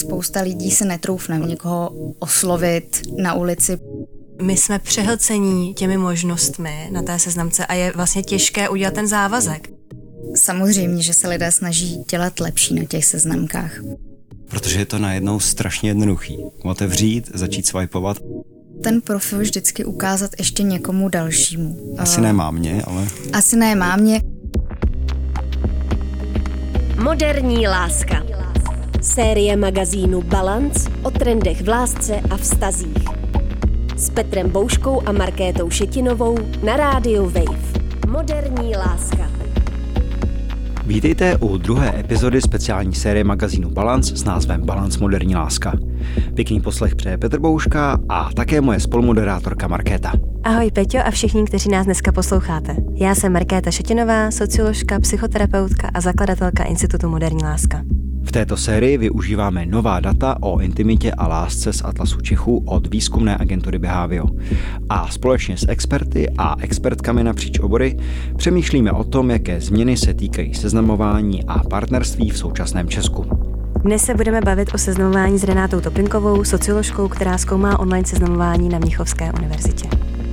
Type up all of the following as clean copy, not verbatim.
spousta lidí se netroufne někoho oslovit na ulici. My jsme přehlcení těmi možnostmi na té seznamce a je vlastně těžké udělat ten závazek. Samozřejmě, že se lidé snaží dělat lepší na těch seznamkách. Protože je to najednou strašně jednoduchý. Otevřít, začít swipeovat. Ten profil vždycky ukázat ještě někomu dalšímu. Asi ne mámě, ale... Asi ne mámě. Moderní láska. Série magazínu Balance o trendech v lásce a vztazích. S Petrem Bouškou a Markétou Šetinovou na rádiu Wave. Moderní láska. Vítejte u druhé epizody speciální série magazínu Balance s názvem Balance moderní láska. Pěkný poslech přeje Petr Bouška a také moje spolumoderátorka Markéta. Ahoj Peťo a všichni, kteří nás dneska posloucháte. Já jsem Markéta Šetinová, socioložka, psychoterapeutka a zakladatelka Institutu Moderní láska. V této sérii využíváme nová data o intimitě a lásce z Atlasu Čechů od výzkumné agentury Behavio. A společně s experty a expertkami napříč obory přemýšlíme o tom, jaké změny se týkají seznamování a partnerství v současném Česku. Dnes se budeme bavit o seznamování s Renátou Topinkovou, socioložkou, která zkoumá online seznamování na Mnichovské univerzitě.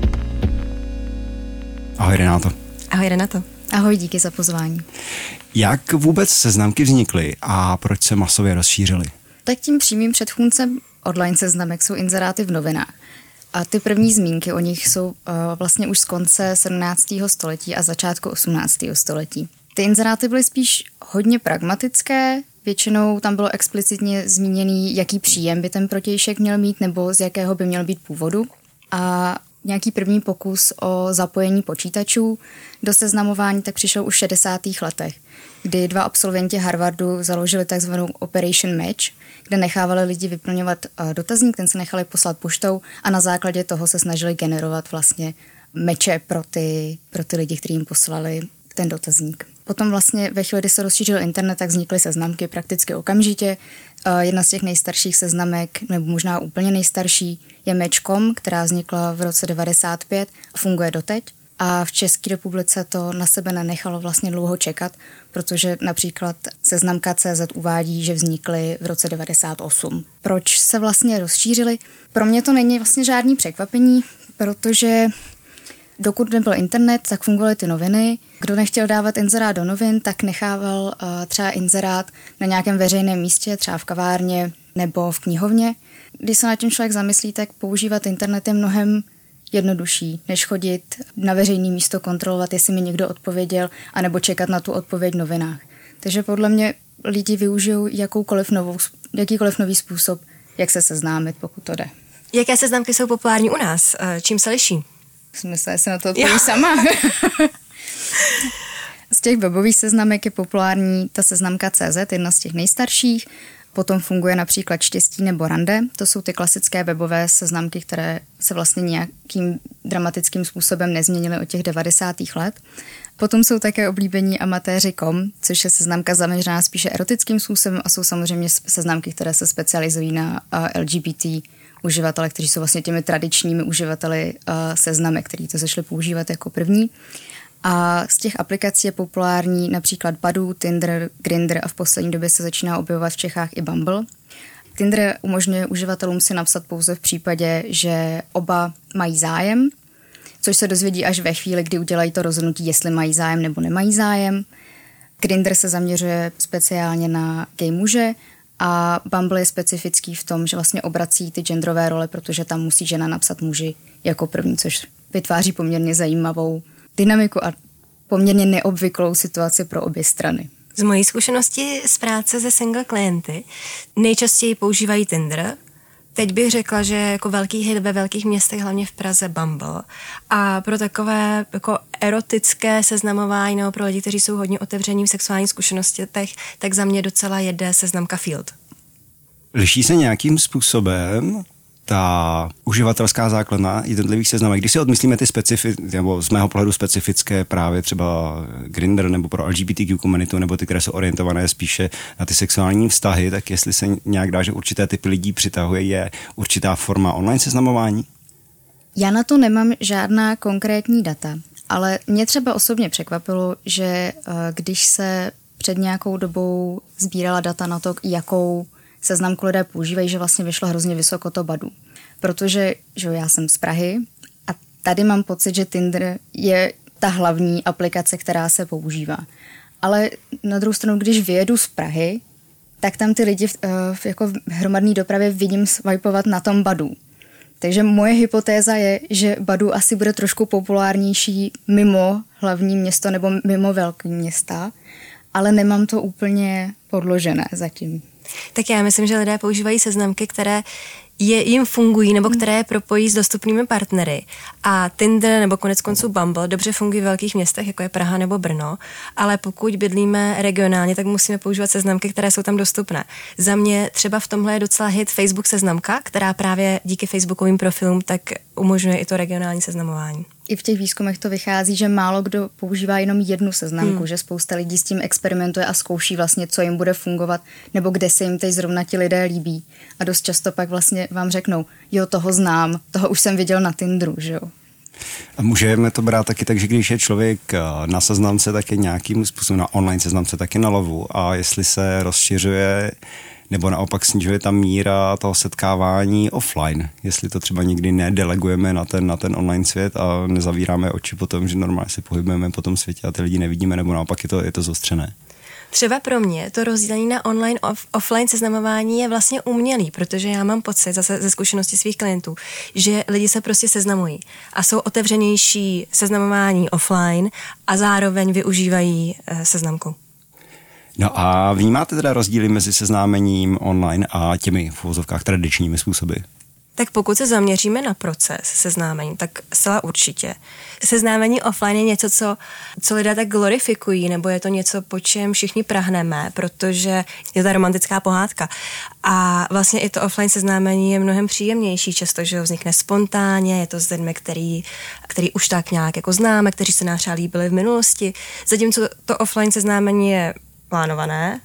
Ahoj Renáto. Ahoj Renato. Ahoj, díky za pozvání. Jak vůbec seznamky vznikly a proč se masově rozšířily? Tak tím přímým předchůdcem online seznamek jsou inzeráty v novinách. A ty první zmínky o nich jsou vlastně už z konce 17. století a začátku 18. století. Ty inzeráty byly spíš hodně pragmatické, většinou tam bylo explicitně zmíněný, jaký příjem by ten protějšek měl mít nebo z jakého by měl být původu. A nějaký první pokus o zapojení počítačů do seznamování tak přišel už v 60. letech, kdy dva absolventi Harvardu založili takzvanou Operation Match, kde nechávali lidi vyplňovat dotazník, ten se nechali poslat poštou a na základě toho se snažili generovat vlastně meče pro ty lidi, kteří jim poslali ten dotazník. Potom vlastně ve chvíli, kdy se rozšířil internet, tak vznikly seznamky prakticky okamžitě. Jedna z těch nejstarších seznamek, nebo možná úplně nejstarší, je Match.com, která vznikla v roce 1995 a funguje doteď. A v České republice to na sebe nenechalo vlastně dlouho čekat, protože například seznamka CZ uvádí, že vznikly v roce 1998. Proč se vlastně rozšířily? Pro mě to není vlastně žádný překvapení, protože dokud nebyl internet, tak fungovaly ty noviny. Kdo nechtěl dávat inzerát do novin, tak nechával třeba inzerát na nějakém veřejném místě, třeba v kavárně nebo v knihovně. Když se na tím člověk zamyslí, tak používat internet je mnohem jednodušší, než chodit na veřejné místo kontrolovat, jestli mi někdo odpověděl, anebo čekat na tu odpověď v novinách. Takže podle mě lidi využijou jakýkoliv nový způsob, jak se seznámit, pokud to jde. Jaké seznamky jsou populární u nás? Čím se liší? Myslím, že se na to odpovím sama. Z těch webových seznamek je populární ta seznamka CZ, jedna z těch nejstarších. Potom funguje například Štěstí nebo Rande. To jsou ty klasické webové seznamky, které se vlastně nějakým dramatickým způsobem nezměnily od těch 90. let. Potom jsou také oblíbení amatéři.com, což je seznamka zaměřená spíše erotickým způsobem a jsou samozřejmě seznamky, které se specializují na LGBT uživatele, kteří jsou vlastně těmi tradičními uživateli seznamek, kteří to začali používat jako první. A z těch aplikací je populární například Badoo, Tinder, Grindr a v poslední době se začíná objevovat v Čechách i Bumble. Tinder umožňuje uživatelům si napsat pouze v případě, že oba mají zájem, což se dozvědí až ve chvíli, kdy udělají to rozhodnutí, jestli mají zájem nebo nemají zájem. Grindr se zaměřuje speciálně na gay muže a Bumble je specifický v tom, že vlastně obrací ty genderové role, protože tam musí žena napsat muži jako první, což vytváří poměrně zajímavou dynamiku a poměrně neobvyklou situaci pro obě strany. Z mojí zkušenosti z práce se single klienty nejčastěji používají Tinder. Teď bych řekla, že jako velký hit ve velkých městech, hlavně v Praze, Bumble. A pro takové jako erotické seznamování nebo pro lidi, kteří jsou hodně otevření v sexuálních zkušenostech, tak za mě docela jede seznamka Field. Liší se nějakým způsobem ta uživatelská základna jednotlivých seznamek? Když si odmyslíme ty nebo z mého pohledu specifické právě třeba Grindr nebo pro LGBTQ komunitu nebo ty, které jsou orientované spíše na ty sexuální vztahy, tak jestli se nějak dá, že určité typy lidí přitahuje, je určitá forma online seznamování? Já na to nemám žádná konkrétní data, ale mě třeba osobně překvapilo, že když se před nějakou dobou sbírala data na to, jakou seznamku lidé používají, že vlastně vyšlo hrozně vysoko to Badoo. Protože že já jsem z Prahy a tady mám pocit, že Tinder je ta hlavní aplikace, která se používá. Ale na druhou stranu, když vyjedu z Prahy, tak tam ty lidi jako v hromadné dopravě vidím swipeovat na tom Badoo. Takže moje hypotéza je, že Badoo asi bude trošku populárnější mimo hlavní město nebo mimo velké města, ale nemám to úplně podložené zatím. Tak já myslím, že lidé používají seznamky, které jim fungují nebo které je propojí s dostupnými partnery. A Tinder nebo konec konců Bumble dobře fungují v velkých městech, jako je Praha nebo Brno, ale pokud bydlíme regionálně, tak musíme používat seznamky, které jsou tam dostupné. Za mě třeba v tomhle je docela hit Facebook seznamka, která právě díky facebookovým profilům tak umožňuje i to regionální seznamování. I v těch výzkumech to vychází, že málo kdo používá jenom jednu seznamku, že spousta lidí s tím experimentuje a zkouší vlastně, co jim bude fungovat, nebo kde se jim teď zrovna ti lidé líbí. A dost často pak vlastně vám řeknou, jo, toho znám, toho už jsem viděl na Tinderu, že jo. A můžeme to brát taky tak, že když je člověk na seznamce, tak je nějakým způsobem na online seznamce taky na lovu a jestli se rozšiřuje nebo naopak snižuje ta míra toho setkávání offline, jestli to třeba nikdy nedelegujeme na ten online svět a nezavíráme oči po tom, že normálně se pohybujeme po tom světě a ty lidi nevidíme, nebo naopak je to zostřené. Třeba pro mě to rozdělení na online offline seznamování je vlastně umělý, protože já mám pocit zase ze zkušenosti svých klientů, že lidi se prostě seznamují a jsou otevřenější seznamování offline a zároveň využívají seznamku. No a vnímáte teda rozdíly mezi seznámením online a těmi v uvozovkách tradičními způsoby? Tak pokud se zaměříme na proces seznámení, tak zcela určitě. Seznámení offline je něco, co lidé tak glorifikují, nebo je to něco, po čem všichni prahneme, protože je ta romantická pohádka. A vlastně i to offline seznámení je mnohem příjemnější, často, že vznikne spontánně, je to s lidmi, který už tak nějak jako známe, kteří se nás třeba líbili v minulosti. Zatímco to offline seznámení je plánované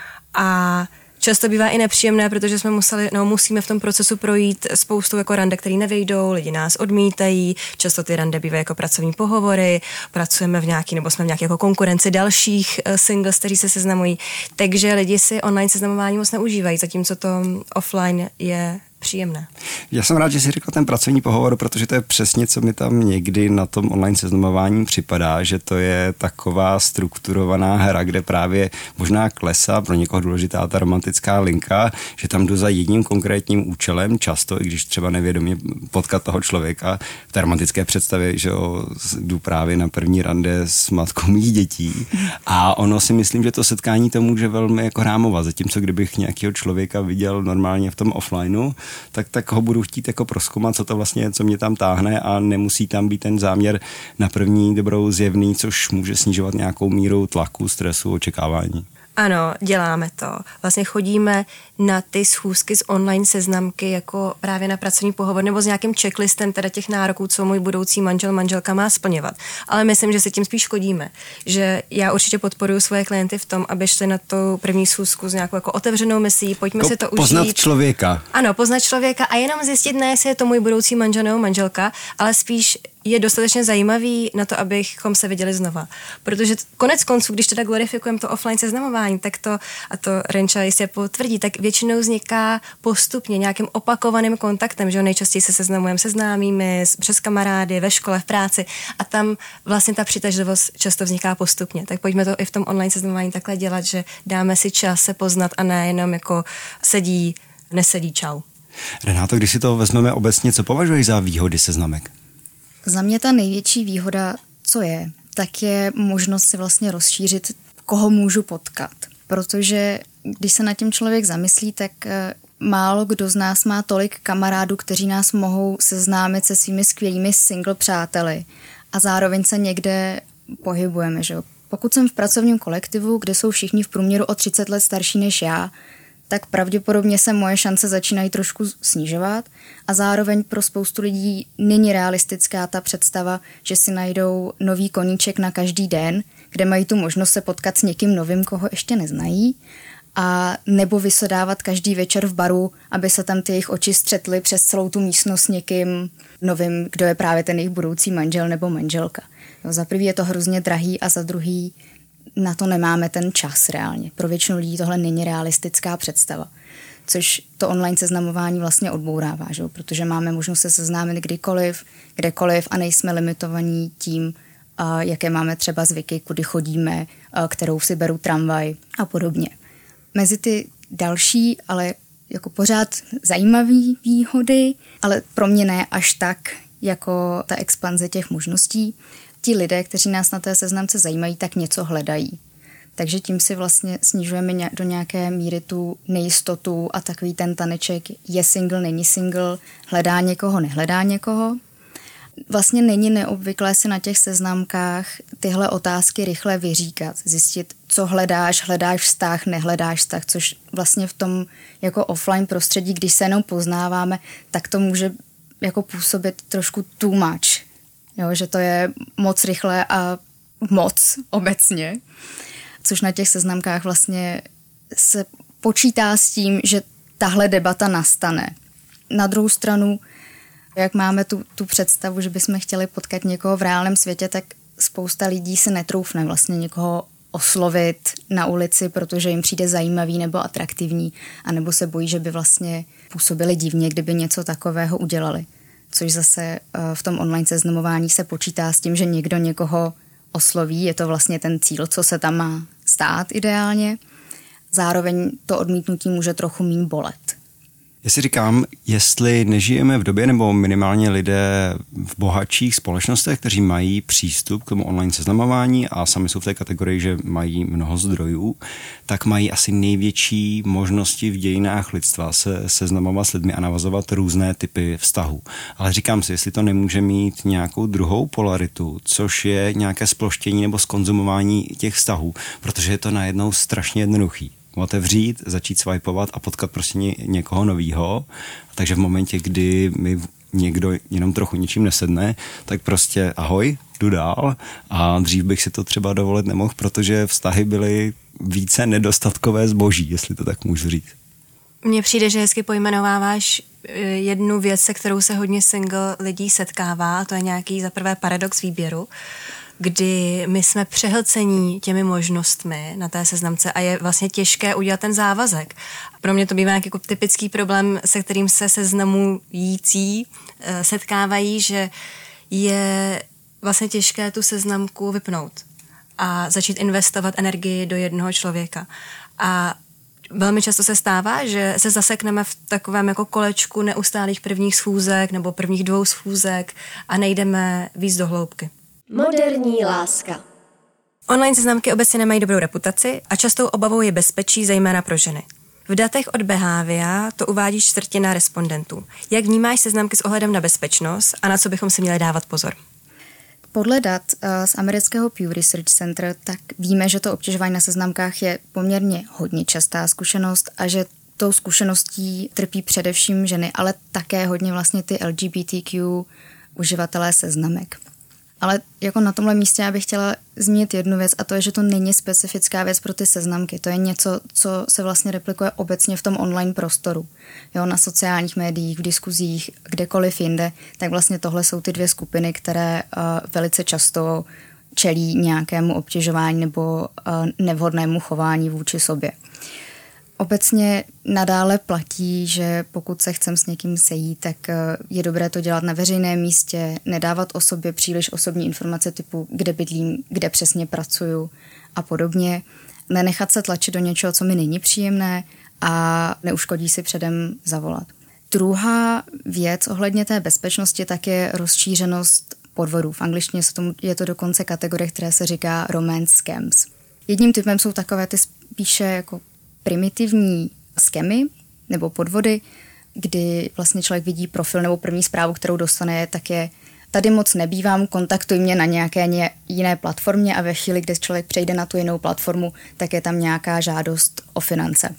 a často bývá i nepříjemné, protože musíme v tom procesu projít spoustu jako rande, který nevejdou, lidi nás odmítají, často ty rande bývají jako pracovní pohovory, pracujeme jsme v nějaké jako konkurenci dalších singles, kteří se seznamují, takže lidi si online seznamování moc neužívají, zatímco to offline je příjemné. Já jsem rád, že jsi řekla ten pracovní pohovor, protože to je přesně, co mi tam někdy na tom online seznamování připadá, že to je taková strukturovaná hra, kde právě možná klesá pro někoho důležitá ta romantická linka, že tam jdu za jedním konkrétním účelem, často, i když třeba nevědomě potkat toho člověka v té romantické představě, že jdu právě na první rande s matkou mých dětí a ono si myslím, že to setkání to může velmi jako rámovat, zatímco kdybych nějakého člověka viděl normálně v tom offlineu, tak ho budu chtít jako prozkoumat, co to vlastně je, co mě tam táhne a nemusí tam být ten záměr na první dobrou zjevný, což může snižovat nějakou míru tlaku, stresu, očekávání. Ano, děláme to. Vlastně chodíme na ty schůzky z online seznamky jako právě na pracovní pohovor nebo s nějakým checklistem teda těch nároků, co můj budoucí manželka má splňovat. Ale myslím, že se tím spíš škodíme. Že já určitě podporuji svoje klienty v tom, aby šli na tu první schůzku s nějakou jako otevřenou myslí, pojďme si to užít. Poznat člověka. Ano, poznat člověka a jenom zjistit, ne, jestli je to můj budoucí manžel nebo manželka, ale spíš je dostatečně zajímavý na to, abychom se viděli znova. Protože konec konců, když teda glorifikujeme to offline seznamování, tak to, a to Renča jistě potvrdí, tak většinou vzniká postupně nějakým opakovaným kontaktem, že nejčastěji se seznamujeme se známými, přes kamarády, ve škole, v práci a tam vlastně ta přitažlivost často vzniká postupně. Tak pojďme to i v tom online seznamování takhle dělat, že dáme si čas se poznat a ne jenom jako sedí, nesedí, čau. Renáto, když si to vezmeme obecně, co považuješ za výhody seznamek? Za mě ta největší výhoda, co je, tak je možnost si vlastně rozšířit, koho můžu potkat. Protože když se nad tím člověk zamyslí, tak málo kdo z nás má tolik kamarádů, kteří nás mohou seznámit se svými skvělými single přáteli a zároveň se někde pohybujeme. Že? Pokud jsem v pracovním kolektivu, kde jsou všichni v průměru o 30 let starší než já, tak pravděpodobně se moje šance začínají trošku snižovat a zároveň pro spoustu lidí není realistická ta představa, že si najdou nový koníček na každý den, kde mají tu možnost se potkat s někým novým, koho ještě neznají, a nebo vysedávat každý večer v baru, aby se tam ty jejich oči střetly přes celou tu místnost s někým novým, kdo je právě ten jejich budoucí manžel nebo manželka. Za prvý je to hrozně drahý a za druhý na to nemáme ten čas reálně. Pro většinu lidí tohle není realistická představa, což to online seznamování vlastně odbourává, že? Protože máme možnost se seznámit kdykoliv, kdekoliv a nejsme limitovaní tím, jaké máme třeba zvyky, kudy chodíme, kterou si beru tramvaj a podobně. Mezi ty další, ale jako pořád zajímavý výhody, ale pro mě ne až tak, jako ta expanze těch možností. Ti lidé, kteří nás na té seznamce zajímají, tak něco hledají. Takže tím si vlastně snižujeme do nějaké míry tu nejistotu a takový ten taneček je single, není single, hledá někoho, nehledá někoho. Vlastně není neobvyklé si na těch seznamkách tyhle otázky rychle vyříkat, zjistit, co hledáš vztah, nehledáš vztah, což vlastně v tom jako offline prostředí, když se jenom poznáváme, tak to může jako působit trošku too much, jo, že to je moc rychle a moc obecně, což na těch seznamkách vlastně se počítá s tím, že tahle debata nastane. Na druhou stranu, jak máme tu představu, že bychom chtěli potkat někoho v reálném světě, tak spousta lidí se netroufne vlastně někoho oslovit na ulici, protože jim přijde zajímavý nebo atraktivní, anebo se bojí, že by vlastně působili divně, kdyby něco takového udělali. Což zase v tom online seznamování se počítá s tím, že někdo někoho osloví, je to vlastně ten cíl, co se tam má stát ideálně. Zároveň to odmítnutí může trochu míň bolet. Já si říkám, jestli nežijeme v době, nebo minimálně lidé v bohatších společnostech, kteří mají přístup k tomu online seznamování a sami jsou v té kategorii, že mají mnoho zdrojů, tak mají asi největší možnosti v dějinách lidstva se seznamovat s lidmi a navazovat různé typy vztahů. Ale říkám si, jestli to nemůže mít nějakou druhou polaritu, což je nějaké sploštění nebo zkonzumování těch vztahů, protože je to najednou strašně jednoduchý. Otevřít, začít swipeovat a potkat prostě někoho novýho. Takže v momentě, kdy mi někdo jenom trochu ničím nesedne, tak prostě ahoj, jdu dál. A dřív bych si to třeba dovolit nemohl, protože vztahy byly více nedostatkové zboží, jestli to tak můžu říct. Mně přijde, že hezky pojmenováváš jednu věc, se kterou se hodně single lidí setkává, a to je nějaký za prvé paradox výběru, kdy my jsme přehlcení těmi možnostmi na té seznamce a je vlastně těžké udělat ten závazek. Pro mě to bývá nějaký jako typický problém, se kterým se seznamující setkávají, že je vlastně těžké tu seznamku vypnout a začít investovat energii do jednoho člověka. A velmi často se stává, že se zasekneme v takovém jako kolečku neustálých prvních schůzek nebo prvních 2 schůzek a nejdeme víc do hloubky. Moderní láska. Online seznamky obecně nemají dobrou reputaci a častou obavou je bezpečí, zejména pro ženy. V datech od Behavia to uvádí 1/4 respondentů. Jak vnímáš seznamky s ohledem na bezpečnost a na co bychom si měli dávat pozor? Podle dat z amerického Pew Research Center tak víme, že to obtěžování na seznamkách je poměrně hodně častá zkušenost a že tou zkušeností trpí především ženy, ale také hodně vlastně ty LGBTQ uživatelé seznamek. Ale jako na tomhle místě já bych chtěla zmínit jednu věc a to je, že to není specifická věc pro ty seznamky. To je něco, co se vlastně replikuje obecně v tom online prostoru. Jo, na sociálních médiích, v diskuzích, kdekoliv jinde, tak vlastně tohle jsou ty 2 skupiny, které velice často čelí nějakému obtěžování nebo nevhodnému chování vůči sobě. Obecně nadále platí, že pokud se chcem s někým sejít, tak je dobré to dělat na veřejném místě, nedávat o sobě příliš osobní informace typu, kde bydlím, kde přesně pracuju a podobně. Nenechat se tlačit do něčeho, co mi není příjemné a neuškodí si předem zavolat. Druhá věc ohledně té bezpečnosti tak je rozšířenost podvodů. V angličtině je to dokonce kategorie, které se říká romance scams. Jedním typem jsou takové ty spíše jako primitivní skemy nebo podvody, kdy vlastně člověk vidí profil nebo první zprávu, kterou dostane, tak je tady moc nebývám, kontaktuj mě na nějaké jiné platformě a ve chvíli, kdy člověk přejde na tu jinou platformu, tak je tam nějaká žádost o finance.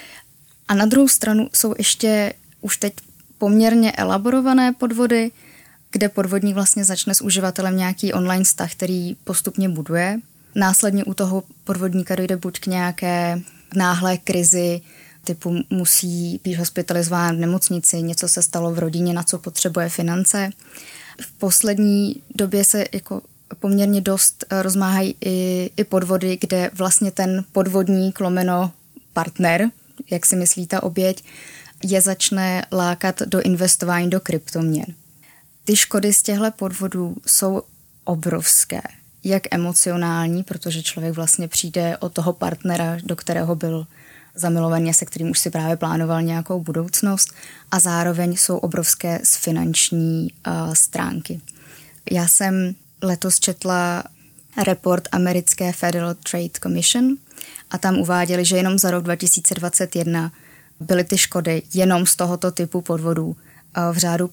A na druhou stranu jsou ještě už teď poměrně elaborované podvody, kde podvodník vlastně začne s uživatelem nějaký online vztah, který postupně buduje. Následně u toho podvodníka dojde buď k nějaké náhlé krizi, typu musí být hospitalizován v nemocnici, něco se stalo v rodině, na co potřebuje finance. V poslední době se jako poměrně dost rozmáhají i podvody, kde vlastně ten podvodník lomeno partner, jak si myslí ta oběť, je začne lákat do investování do kryptoměn. Ty škody z těchto podvodů jsou obrovské, jak emocionální, protože člověk vlastně přijde od toho partnera, do kterého byl zamilovaný, se kterým už si právě plánoval nějakou budoucnost, a zároveň jsou obrovské z finanční stránky. Já jsem letos četla report americké Federal Trade Commission a tam uváděli, že jenom za rok 2021 byly ty škody jenom z tohoto typu podvodů v řádu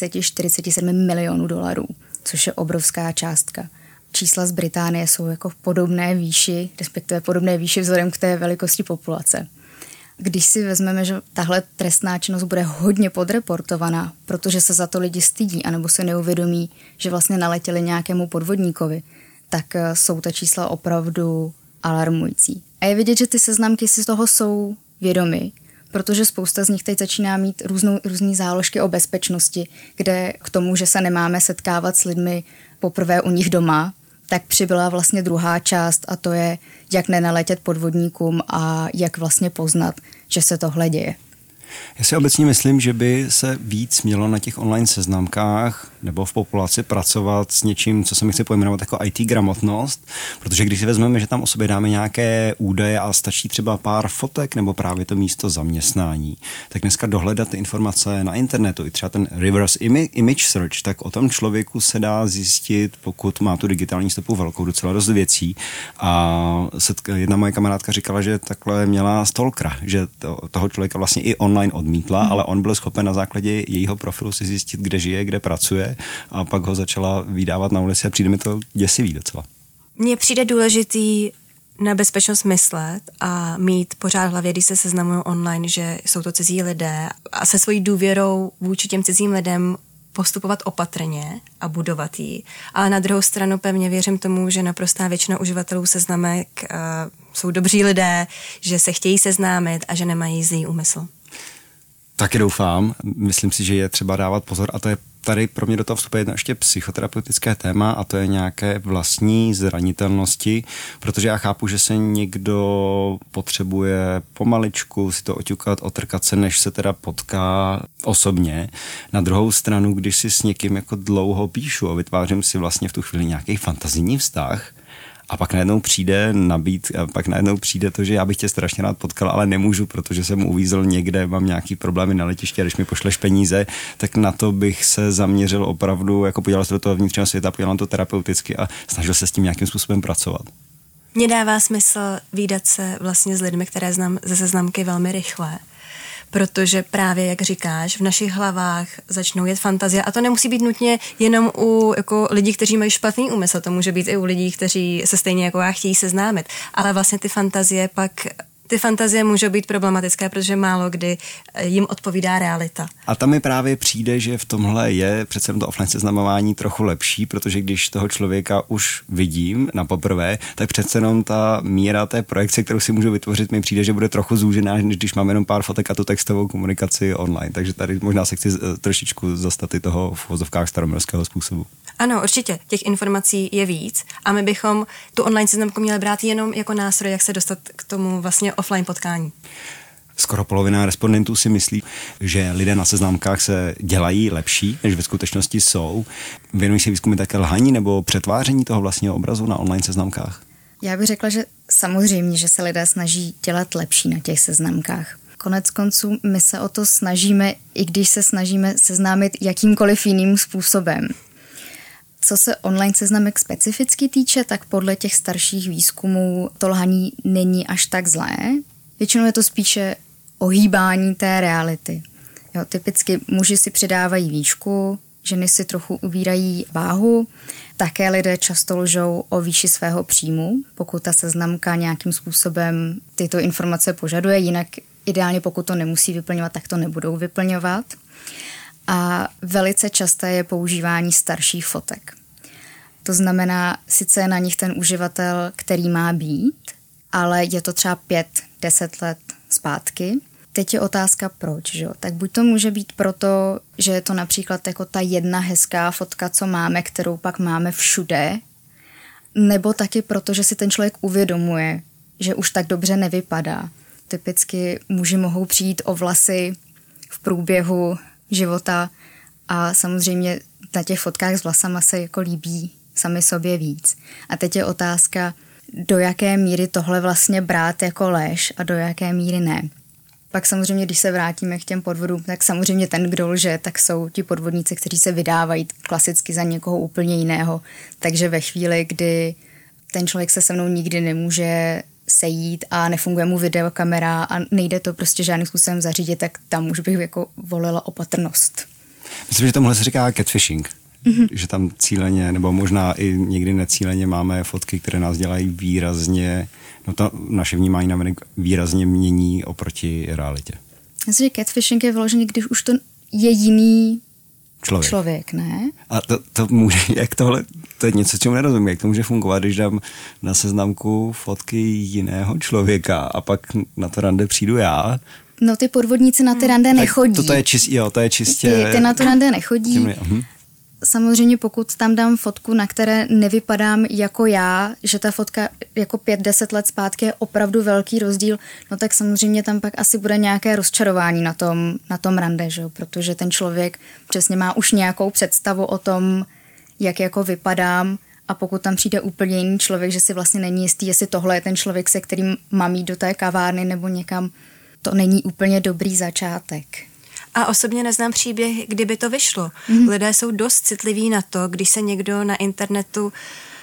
547 milionů dolarů, což je obrovská částka. Čísla z Británie jsou jako v podobné výši, respektive podobné výši vzhledem k té velikosti populace. Když si vezmeme, že tahle trestná činnost bude hodně podreportovaná, protože se za to lidi stydí, anebo se neuvědomí, že vlastně naletěli nějakému podvodníkovi, tak jsou ta čísla opravdu alarmující. A je vidět, že ty seznamky si z toho jsou vědomy, protože spousta z nich teď začíná mít různý záložky o bezpečnosti, kde k tomu, že se nemáme setkávat s lidmi poprvé u nich doma, tak přibyla vlastně druhá část a to je, jak nenaletět podvodníkům a jak vlastně poznat, že se tohle děje. Já si obecně myslím, že by se víc mělo na těch online seznamkách nebo v populaci pracovat s něčím, co se mi chce pojmenovat jako IT gramotnost, protože když si vezmeme, že tam o sobě dáme nějaké údaje a stačí třeba pár fotek nebo právě to místo zaměstnání, tak dneska dohledat ty informace na internetu, i třeba ten reverse image search, tak o tom člověku se dá zjistit, pokud má tu digitální stopu velkou, docela dost věcí. A jedna moje kamarádka říkala, že takhle měla stalkera, že toho člověka vlastně i online odmítla, ale on byl schopen na základě jejího profilu si zjistit, kde žije, kde pracuje, a pak ho začala vydávat na ulici a přijde mi to děsivý docela. Mně přijde důležitý na bezpečnost myslet a mít pořád v hlavě, když se seznamují online, že jsou to cizí lidé, a se svojí důvěrou vůči těm cizím lidem postupovat opatrně a budovat ji. Ale na druhou stranu pevně věřím tomu, že naprostá většina uživatelů seznamek jsou dobří lidé, že se chtějí seznámit a že nemají zlý úmysl. Taky doufám. Myslím si, že je třeba dávat pozor, a to je tady pro mě do toho vstupuje jedno ještě psychoterapeutické téma, a to je nějaké vlastní zranitelnosti, protože já chápu, že se někdo potřebuje pomaličku si to oťukat, otrkat se, než se teda potká osobně. Na druhou stranu, když si s někým jako dlouho píšu a vytvářím si vlastně v tu chvíli nějaký fantazijní vztah, a pak najednou přijde to, že já bych tě strašně rád potkal, ale nemůžu, protože jsem uvízl někde, mám nějaký problémy na letišti, a když mi pošleš peníze, tak na to bych se zaměřil opravdu, jako podíval se do toho vnitřního světa, podíval to terapeuticky a snažil se s tím nějakým způsobem pracovat. Mně dává smysl vídat se vlastně s lidmi, které znám ze seznamky velmi rychle, protože právě, jak říkáš, v našich hlavách začnou jet fantazie, a to nemusí být nutně jenom u jako lidí, kteří mají špatný úmysl, to může být i u lidí, kteří se stejně jako já chtějí seznámit, ale vlastně ty fantazie můžou být problematické, protože málo kdy jim odpovídá realita. A tam mi právě přijde, že v tomhle je přece to offline seznamování trochu lepší, protože když toho člověka už vidím na poprvé, tak přece jenom ta míra té projekce, kterou si můžu vytvořit, mi přijde, že bude trochu zúžená, než když mám jenom pár fotek a tu textovou komunikaci online. Takže tady možná se chci trošičku zastat i toho v uvozovkách staromilského způsobu. Ano, určitě. Těch informací je víc a my bychom tu online seznamku měli brát jenom jako nástroj, jak se dostat k tomu vlastně offline potkání. Skoro polovina respondentů si myslí, že lidé na seznamkách se dělají lepší, než ve skutečnosti jsou. Věnují se výzkumy také lhaní nebo přetváření toho vlastního obrazu na online seznamkách? Já bych řekla, že samozřejmě, že se lidé snaží dělat lepší na těch seznamkách. Konec konců my se o to snažíme, i když se snažíme seznámit jakýmkoliv jiným způsobem. Co se online seznamek specificky týče, tak podle těch starších výzkumů to lhaní není až tak zlé. Většinou je to spíše ohýbání té reality. Jo, typicky muži si přidávají výšku, ženy si trochu ubírají váhu, také lidé často lžou o výši svého příjmu, pokud ta seznamka nějakým způsobem tyto informace požaduje, jinak ideálně pokud to nemusí vyplňovat, tak to nebudou vyplňovat. A velice časté je používání starších fotek. To znamená, sice je na nich ten uživatel, který má být, ale je to třeba 5-10 let zpátky. Teď je otázka proč, že? Tak buď to může být proto, že je to například jako ta jedna hezká fotka, co máme, kterou pak máme všude nebo taky proto, že si ten člověk uvědomuje, že už tak dobře nevypadá. Typicky muži mohou přijít o vlasy v průběhu života a samozřejmě na těch fotkách s vlasama se jako líbí sami sobě víc. A teď je otázka, do jaké míry tohle vlastně brát jako lež a do jaké míry ne. Pak samozřejmě, když se vrátíme k těm podvodům, tak samozřejmě ten, kdo lže, tak jsou ti podvodníci, kteří se vydávají klasicky za někoho úplně jiného. Takže ve chvíli, kdy ten člověk se se mnou nikdy nemůže sejít a nefunguje mu videokamera a nejde to prostě žádným způsobem zařídit, tak tam už bych jako volila opatrnost. Myslím, že tomuhle se říká catfishing. Že tam cíleně, nebo možná i někdy necíleně máme fotky, které nás dělají výrazně, no to naše vnímání navenek výrazně mění oproti realitě. Myslím, že catfishing je vyložený, když už to je jiný člověk, ne? A to může, jak tohle, to je něco, čemu nerozumím, jak to může fungovat, když dám na seznamku fotky jiného člověka a pak na to rande přijdu já. No ty podvodníci na ty rande nechodí. To je čistě... Ty na to rande nechodí. Samozřejmě pokud tam dám fotku, na které nevypadám jako já, že ta fotka jako 5-10 let zpátky je opravdu velký rozdíl, no tak samozřejmě tam pak asi bude nějaké rozčarování na tom rande, že? Protože ten člověk přesně má už nějakou představu o tom, jak jako vypadám a pokud tam přijde úplně jiný člověk, že si vlastně není jistý, jestli tohle je ten člověk, se kterým mám jít do té kavárny nebo někam, to není úplně dobrý začátek. A osobně neznám příběh, kdyby to vyšlo. Lidé jsou dost citliví na to, když se někdo na internetu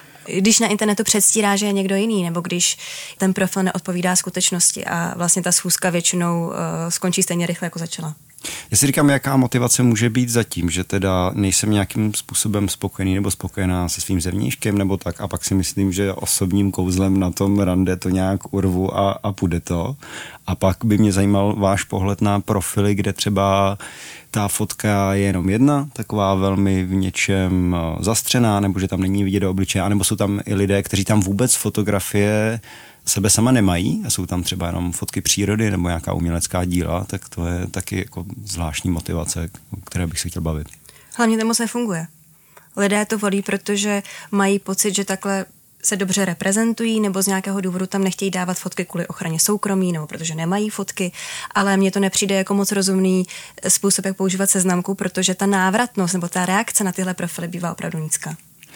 předstírá, že je někdo jiný, nebo když ten profil neodpovídá skutečnosti a vlastně ta schůzka většinou skončí stejně rychle, jako začala. Já si říkám, jaká motivace může být za tím, že teda nejsem nějakým způsobem spokojený nebo spokojená se svým zevníškem nebo tak a pak si myslím, že osobním kouzlem na tom rande to nějak urvu a půjde to. A pak by mě zajímal váš pohled na profily, kde třeba ta fotka je jenom jedna, taková velmi v něčem zastřená, nebo že tam není vidět do obličeje, anebo jsou tam i lidé, kteří tam vůbec fotografie sebe sama nemají a jsou tam třeba jenom fotky přírody nebo nějaká umělecká díla, tak to je taky jako zvláštní motivace, o které bych se chtěl bavit. Hlavně to moc nefunguje. Lidé to volí, protože mají pocit, že takhle se dobře reprezentují nebo z nějakého důvodu tam nechtějí dávat fotky kvůli ochraně soukromí nebo protože nemají fotky, ale mně to nepřijde jako moc rozumný způsob, jak používat seznamku, protože ta návratnost nebo ta reakce na tyhle profily bývá opravdu nízká.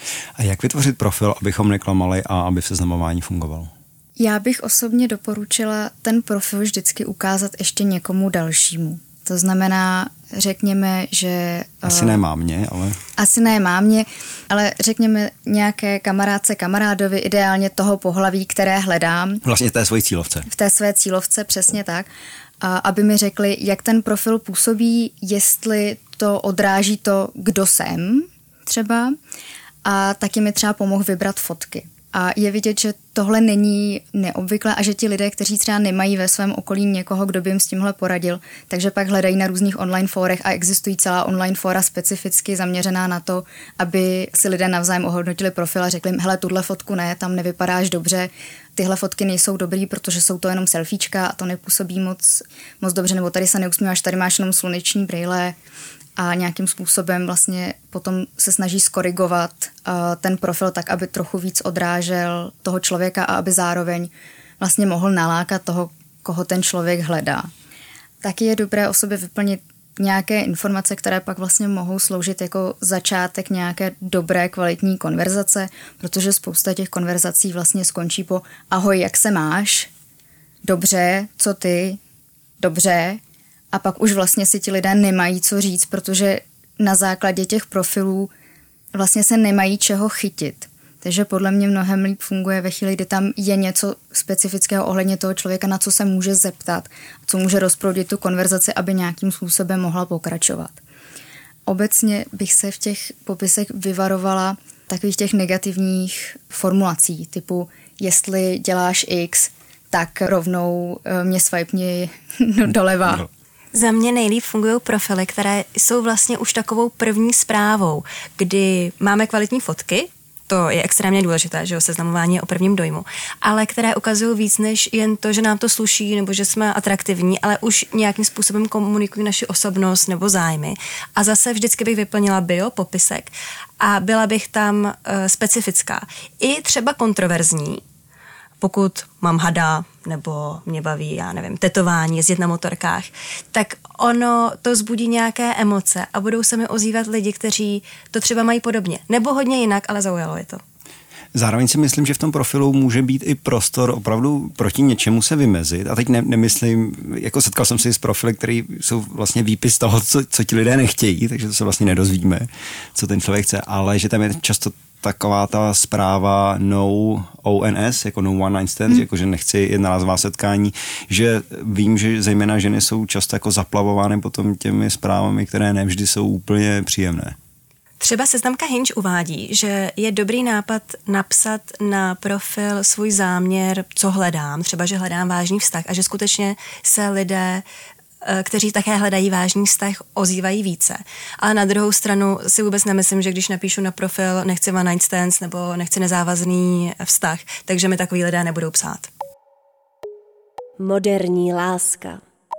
A jak vytvořit profil, abychom neklamali a aby v seznamování fungovalo? Já bych osobně doporučila ten profil vždycky ukázat ještě někomu dalšímu. To znamená, řekněme, že... Asi ne mámě, ale... Asi ne mámě, ale řekněme nějaké kamarádce, kamarádovi, ideálně toho pohlaví, které hledám. Vlastně v té své cílovce. V té své cílovce, přesně tak. A aby mi řekli, jak ten profil působí, jestli to odráží to, kdo jsem třeba. A taky mi třeba pomohl vybrat fotky. A je vidět, že tohle není neobvyklé a že ti lidé, kteří třeba nemají ve svém okolí někoho, kdo by jim s tímhle poradil, takže pak hledají na různých online fórech a existují celá online fóra specificky zaměřená na to, aby si lidé navzájem ohodnotili profil a řekli jim, hele, tuhle fotku ne, tam nevypadáš dobře, tyhle fotky nejsou dobrý, protože jsou to jenom selfiečka a to nepůsobí moc dobře, nebo tady se neusmíváš, tady máš jenom sluneční brýle. A nějakým způsobem vlastně potom se snaží skorigovat ten profil tak, aby trochu víc odrážel toho člověka a aby zároveň vlastně mohl nalákat toho, koho ten člověk hledá. Taky je dobré o sobě vyplnit nějaké informace, které pak vlastně mohou sloužit jako začátek nějaké dobré, kvalitní konverzace, protože spousta těch konverzací vlastně skončí po ahoj, jak se máš? Dobře, co ty? Dobře. A pak už vlastně si ti lidé nemají co říct, protože na základě těch profilů vlastně se nemají čeho chytit. Takže podle mě mnohem líp funguje ve chvíli, kdy tam je něco specifického ohledně toho člověka, na co se může zeptat, co může rozproudit tu konverzaci, aby nějakým způsobem mohla pokračovat. Obecně bych se v těch popisech vyvarovala takových těch negativních formulací, typu jestli děláš X, tak rovnou mě swipni doleva. No. Za mě nejlíp fungují profily, které jsou vlastně už takovou první zprávou, kdy máme kvalitní fotky, to je extrémně důležité, že jo, seznamování je o prvním dojmu, ale které ukazují víc než jen to, že nám to sluší nebo že jsme atraktivní, ale už nějakým způsobem komunikují naši osobnost nebo zájmy. A zase vždycky bych vyplnila bio, popisek a byla bych tam specifická. I třeba kontroverzní, pokud mám hada nebo mě baví, já nevím, tetování, jezdit na motorkách, tak ono to vzbudí nějaké emoce a budou se mi ozývat lidi, kteří to třeba mají podobně. Nebo hodně jinak, ale zaujalo je to. Zároveň si myslím, že v tom profilu může být i prostor opravdu proti něčemu se vymezit. A teď nemyslím, jako setkal jsem se s profily, které jsou vlastně výpis toho, co ti lidé nechtějí, takže to se vlastně nedozvíme, co ten člověk chce, ale že tam je často taková ta zpráva no ONS, jako no one night stands, jako že nechci jednorázová setkání, že vím, že zejména ženy jsou často jako zaplavovány potom těmi zprávami, které nevždy jsou úplně příjemné. Třeba seznamka Hinge uvádí, že je dobrý nápad napsat na profil svůj záměr, co hledám, třeba, že hledám vážný vztah a že skutečně se lidé, kteří také hledají vážný vztah, ozývají více. Ale na druhou stranu si vůbec nemyslím, že když napíšu na profil nechci one night stands nebo nechci nezávazný vztah, takže mi takový lidé nebudou psát. Moderní láska.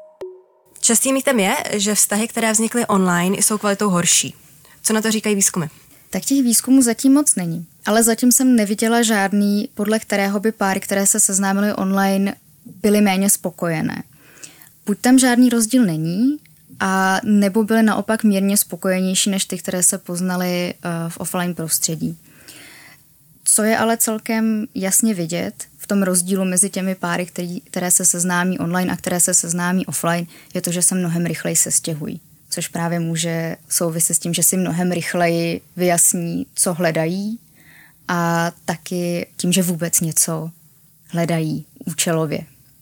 Častým mýtem je, že vztahy, které vznikly online, jsou kvalitou horší. Co na to říkají výzkumy? Tak těch výzkumů zatím moc není. Ale zatím jsem neviděla žádný, podle kterého by páry, které se seznámily online, byly méně spokojené. Buď tam žádný rozdíl není, a nebo byly naopak mírně spokojenější než ty, které se poznaly v offline prostředí. Co je ale celkem jasně vidět v tom rozdílu mezi těmi páry, které se seznámí online a které se seznámí offline, je to, že se mnohem rychleji sestěhují. Což právě může souviset s tím, že si mnohem rychleji vyjasní, co hledají a taky tím, že vůbec něco hledají účelově.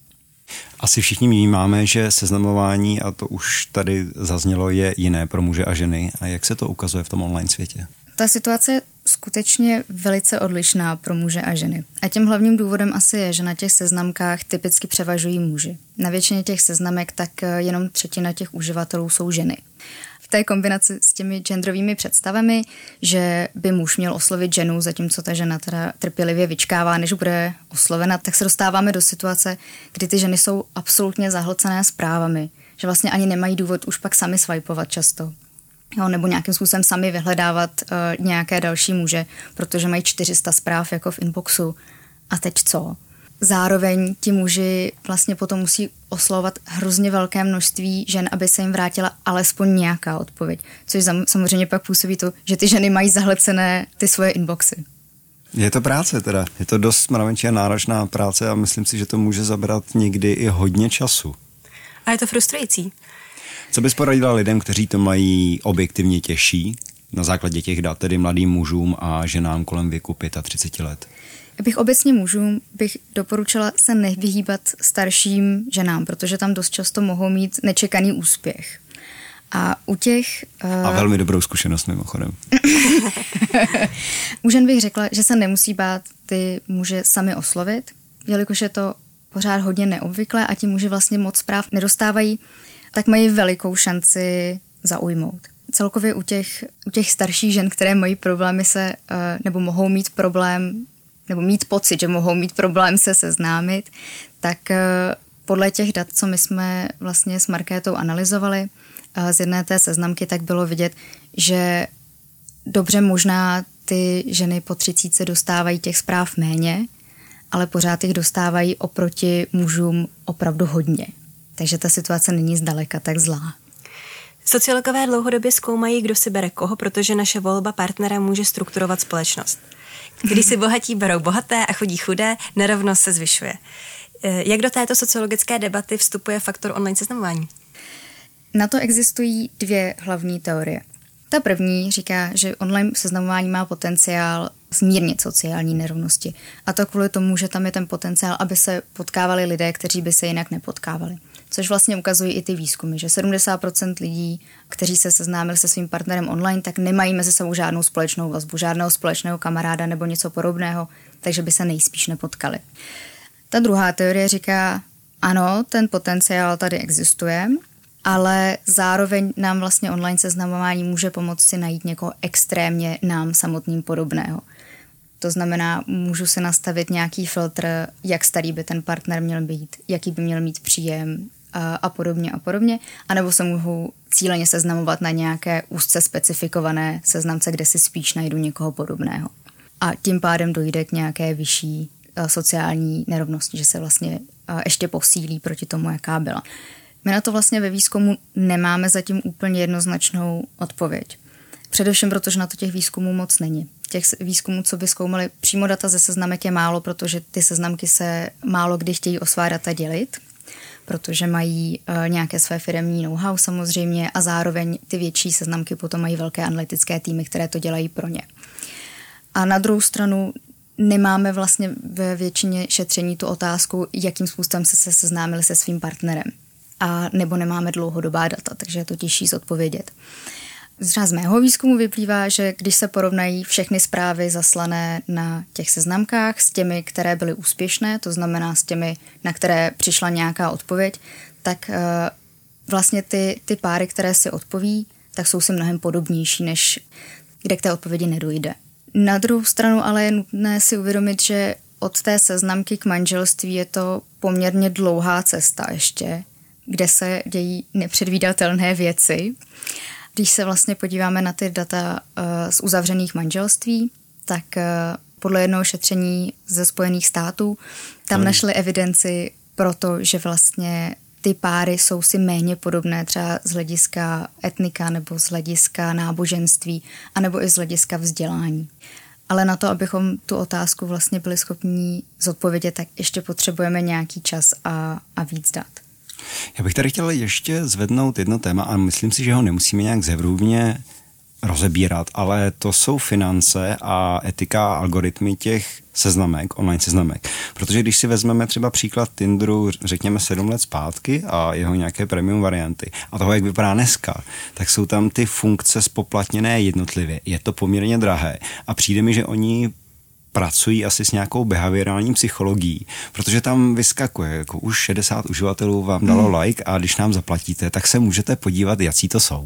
Asi všichni vnímáme, že seznamování, a to už tady zaznělo, je jiné pro muže a ženy. A jak se to ukazuje v tom online světě? Ta situace je skutečně velice odlišná pro muže a ženy. A tím hlavním důvodem asi je, že na těch seznamkách typicky převažují muži. Na většině těch seznamek tak jenom třetina těch uživatelů jsou ženy. V té kombinaci s těmi genderovými představami, že by muž měl oslovit ženu, zatímco ta žena teda trpělivě vyčkává, než bude oslovena, tak se dostáváme do situace, kdy ty ženy jsou absolutně zahlcené zprávami, že vlastně ani nemají důvod už pak sami swipeovat často. Jo, nebo nějakým způsobem sami vyhledávat nějaké další muže, protože mají 400 zpráv jako v inboxu. A teď co? Zároveň ti muži vlastně potom musí oslovovat hrozně velké množství žen, aby se jim vrátila alespoň nějaká odpověď. Což samozřejmě pak působí to, že ty ženy mají zahlcené ty svoje inboxy. Je to práce teda. Je to dost mravenčí a náročná práce a myslím si, že to může zabrat někdy i hodně času. A je to frustrující. Co bys poradila lidem, kteří to mají objektivně těžší, na základě těch dat, tedy mladým mužům a ženám kolem věku 35 let? Bych obecně mužům doporučila se nevyhýbat starším ženám, protože tam dost často mohou mít nečekaný úspěch. A u těch... A velmi dobrou zkušenost mimochodem. U žen bych řekla, že se nemusí bát ty muže sami oslovit, jelikož je to pořád hodně neobvyklé a ti muži vlastně moc zpráv nedostávají, tak mají velikou šanci zaujmout. Celkově u těch starších žen, které mají problémy nebo mohou mít problém, nebo mít pocit, že mohou mít problém se seznámit, tak podle těch dat, co my jsme vlastně s Markétou analyzovali z jedné té seznamky, tak bylo vidět, že dobře možná ty ženy po 30 dostávají těch zpráv méně, ale pořád jich dostávají oproti mužům opravdu hodně. Takže ta situace není zdaleka tak zlá. Sociologové dlouhodobě zkoumají, kdo si bere koho, protože naše volba partnera může strukturovat společnost. Když si bohatí berou bohaté a chudí chudé, nerovnost se zvyšuje. Jak do této sociologické debaty vstupuje faktor online seznamování? Na to existují dvě hlavní teorie. Ta první říká, že online seznamování má potenciál zmírnit sociální nerovnosti. A to kvůli tomu, že tam je ten potenciál, aby se potkávali lidé, kteří by se jinak nepotkávali. Což vlastně ukazují i ty výzkumy, že 70% lidí, kteří se seznámili se svým partnerem online, tak nemají mezi sebou žádnou společnou vazbu, žádného společného kamaráda nebo něco podobného, takže by se nejspíš nepotkali. Ta druhá teorie říká, ano, ten potenciál tady existuje, ale zároveň nám vlastně online seznamování může pomoct si najít někoho extrémně nám samotným podobného. To znamená, můžu si nastavit nějaký filtr, jak starý by ten partner měl být, jaký by měl mít příjem a podobně. A nebo se mohu cíleně seznamovat na nějaké úzce specifikované seznamce, kde si spíš najdu někoho podobného. A tím pádem dojde k nějaké vyšší sociální nerovnosti, že se vlastně ještě posílí proti tomu, jaká byla. My na to vlastně ve výzkumu nemáme zatím úplně jednoznačnou odpověď. Především, protože na to těch výzkumů moc není. Těch výzkumů, co by zkoumali přímo data ze seznamek, je málo, protože ty seznamky se málo kdy chtějí o svá data dělit, protože mají nějaké své firemní know-how samozřejmě a zároveň ty větší seznamky potom mají velké analytické týmy, které to dělají pro ně. A na druhou stranu nemáme vlastně ve většině šetření tu otázku, jakým způsobem se seznámili se svým partnerem. A nebo nemáme dlouhodobá data, takže je to těžší zodpovědět. Třeba z mého výzkumu vyplývá, že když se porovnají všechny zprávy zaslané na těch seznamkách s těmi, které byly úspěšné, to znamená s těmi, na které přišla nějaká odpověď, tak vlastně ty páry, které si odpoví, tak jsou si mnohem podobnější, než kde k té odpovědi nedojde. Na druhou stranu ale je nutné si uvědomit, že od té seznamky k manželství je to poměrně dlouhá cesta ještě, kde se dějí nepředvídatelné věci. Když se vlastně podíváme na ty data z uzavřených manželství, tak podle jednoho šetření ze Spojených států tam našli evidenci pro to, že vlastně ty páry jsou si méně podobné třeba z hlediska etnika nebo z hlediska náboženství anebo i z hlediska vzdělání. Ale na to, abychom tu otázku vlastně byli schopni zodpovědět, tak ještě potřebujeme nějaký čas a víc dat. Já bych tady chtěl ještě zvednout jedno téma a myslím si, že ho nemusíme nějak zevrubně rozebírat, ale to jsou finance a etika a algoritmy těch seznamek, online seznamek. Protože když si vezmeme třeba příklad Tinderu, řekněme 7 let zpátky a jeho nějaké premium varianty a toho, jak vypadá dneska, tak jsou tam ty funkce spoplatněné jednotlivě. Je to poměrně drahé a přijde mi, že oni pracují asi s nějakou behaviorální psychologií, protože tam vyskakuje, jako už 60 uživatelů vám dalo like a když nám zaplatíte, tak se můžete podívat, jací to jsou.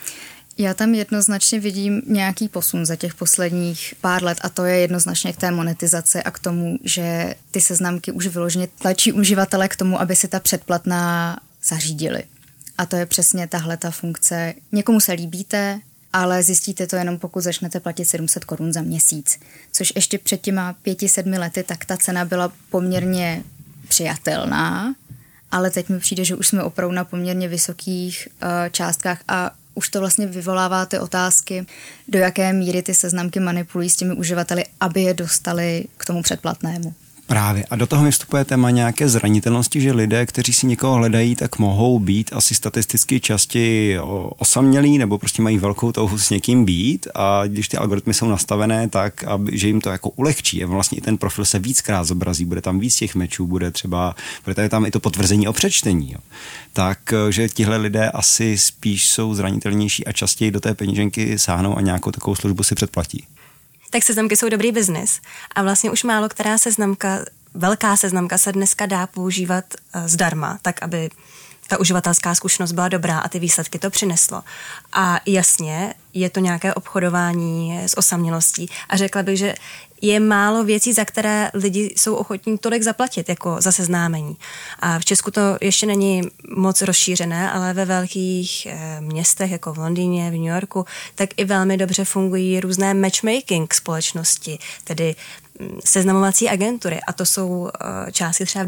Já tam jednoznačně vidím nějaký posun za těch posledních pár let a to je jednoznačně k té monetizaci a k tomu, že ty seznamky už vyloženě tlačí uživatele k tomu, aby si ta předplatná zařídili. A to je přesně tahle ta funkce. Někomu se líbíte, ale zjistíte to jenom pokud začnete platit 700 korun za měsíc. Což ještě před těma 5-7 lety, tak ta cena byla poměrně přijatelná, ale teď mi přijde, že už jsme opravdu na poměrně vysokých částkách a už to vlastně vyvolává ty otázky, do jaké míry ty seznamky manipulují s těmi uživateli, aby je dostali k tomu předplatnému. Právě. A do toho mi vstupuje téma nějaké zranitelnosti, že lidé, kteří si někoho hledají, tak mohou být asi statisticky častěji osamělí nebo prostě mají velkou touhu s někým být a když ty algoritmy jsou nastavené tak, že jim to jako ulehčí a vlastně i ten profil se víckrát zobrazí, bude tam víc těch mečů, bude tady tam i to potvrzení o přečtení. Jo. Takže tihle lidé asi spíš jsou zranitelnější a častěji do té peněženky sáhnou a nějakou takovou službu si předplatí. Tak seznamky jsou dobrý biznis a vlastně už málo která seznamka, velká seznamka se dneska dá používat zdarma, tak aby ta uživatelská zkušenost byla dobrá a ty výsledky to přineslo. A jasně, je to nějaké obchodování s osamělostí a řekla bych, že je málo věcí, za které lidi jsou ochotní tolik zaplatit, jako za seznámení. A v Česku to ještě není moc rozšířené, ale ve velkých městech, jako v Londýně, v New Yorku, tak i velmi dobře fungují různé matchmaking společnosti, tedy seznamovací agentury. A to jsou částky třeba v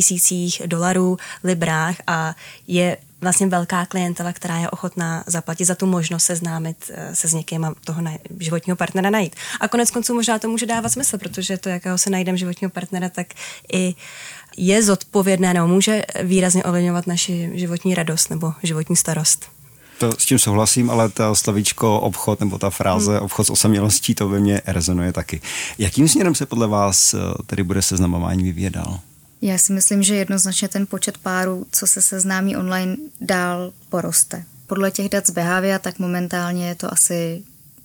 $10,000, librách a je vlastně velká klientela, která je ochotná zaplatit za tu možnost seznámit se s někým a toho životního partnera najít. A konec konců možná to může dávat smysl, protože to, jakého se najdeme životního partnera, tak i je zodpovědné nebo může výrazně ovlivňovat naši životní radost nebo životní starost. To s tím souhlasím, ale ta slovíčko obchod nebo ta fráze obchod s osamělostí, to ve mně rezonuje taky. Jakým směrem se podle vás tedy bude seznamování vyvíjet dál? Já si myslím, že jednoznačně ten počet párů, co se seznámí online, dál poroste. Podle těch dat z Behavia, tak momentálně je to asi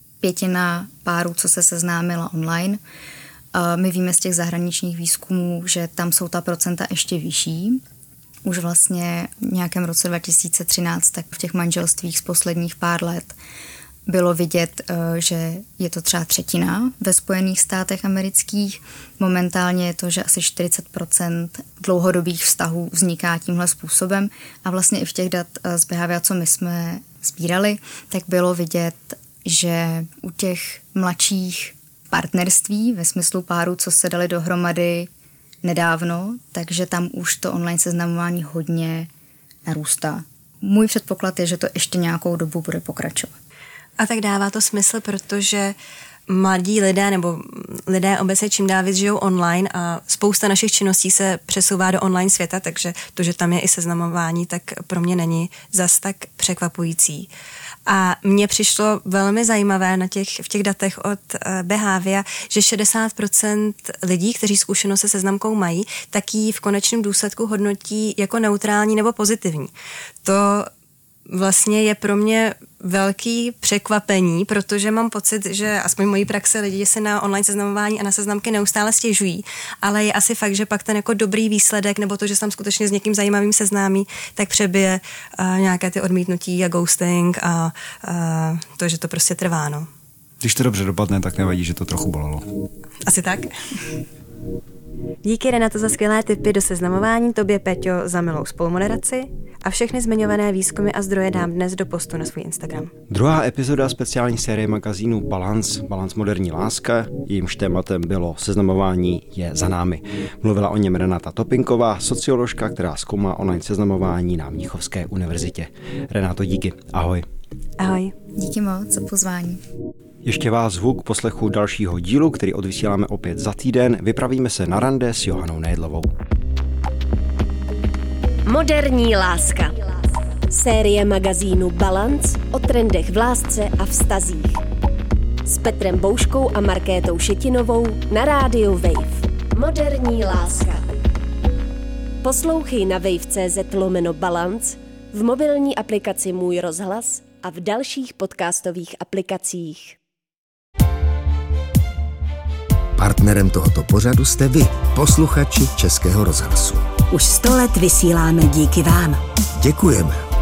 1/5 párů, co se seznámila online. A my víme z těch zahraničních výzkumů, že tam jsou ta procenta ještě vyšší. Už vlastně v nějakém roce 2013, tak v těch manželstvích z posledních pár let bylo vidět, že je to třeba 1/3 ve Spojených státech amerických. Momentálně je to, že asi 40% dlouhodobých vztahů vzniká tímhle způsobem a vlastně i v těch dat z Behavia, co my jsme sbírali, tak bylo vidět, že u těch mladších partnerství, ve smyslu párů, co se dali dohromady nedávno, takže tam už to online seznamování hodně narůstá. Můj předpoklad je, že to ještě nějakou dobu bude pokračovat. A tak dává to smysl, protože mladí lidé nebo lidé obecně čím dál víc žijou online a spousta našich činností se přesouvá do online světa, takže to, že tam je i seznamování, tak pro mě není zas tak překvapující. A mně přišlo velmi zajímavé v těch datech od Behavia, že 60% lidí, kteří zkušenost se seznamkou mají, tak ji v konečném důsledku hodnotí jako neutrální nebo pozitivní. To vlastně je pro mě velký překvapení, protože mám pocit, že aspoň mojí praxe lidi si na online seznamování a na seznamky neustále stěžují, ale je asi fakt, že pak ten jako dobrý výsledek nebo to, že se tam skutečně s někým zajímavým seznámí, tak přebije nějaké ty odmítnutí a ghosting a to, že to prostě trvá, no. Když to dobře dopadne, tak nevadí, že to trochu bolelo. Asi tak. Díky, Renato, za skvělé tipy do seznamování, tobě, Peťo, za milou spolumoderaci a všechny zmiňované výzkumy a zdroje dám dnes do postu na svůj Instagram. Druhá epizoda speciální série magazínu Balance moderní láska, jejímž tématem bylo seznamování je za námi. Mluvila o něm Renata Topinková, socioložka, která zkoumá online seznamování na Mnichovské univerzitě. Renato, díky. Ahoj. Ahoj. Díky moc za pozvání. Ještě vás zvu k poslechu dalšího dílu, který odvysíláme opět za týden. Vypravíme se na rande s Johanou Nejedlovou. Moderní láska. Série magazínu Balance o trendech v lásce a vztazích. S Petrem Bouškou a Markétou Šetinovou na rádiu Wave. Moderní láska. Poslouchej na wave.cz/balance, v mobilní aplikaci Můj rozhlas a v dalších podcastových aplikacích. Partnerem tohoto pořadu jste vy, posluchači Českého rozhlasu. Už 100 let vysíláme díky vám. Děkujeme.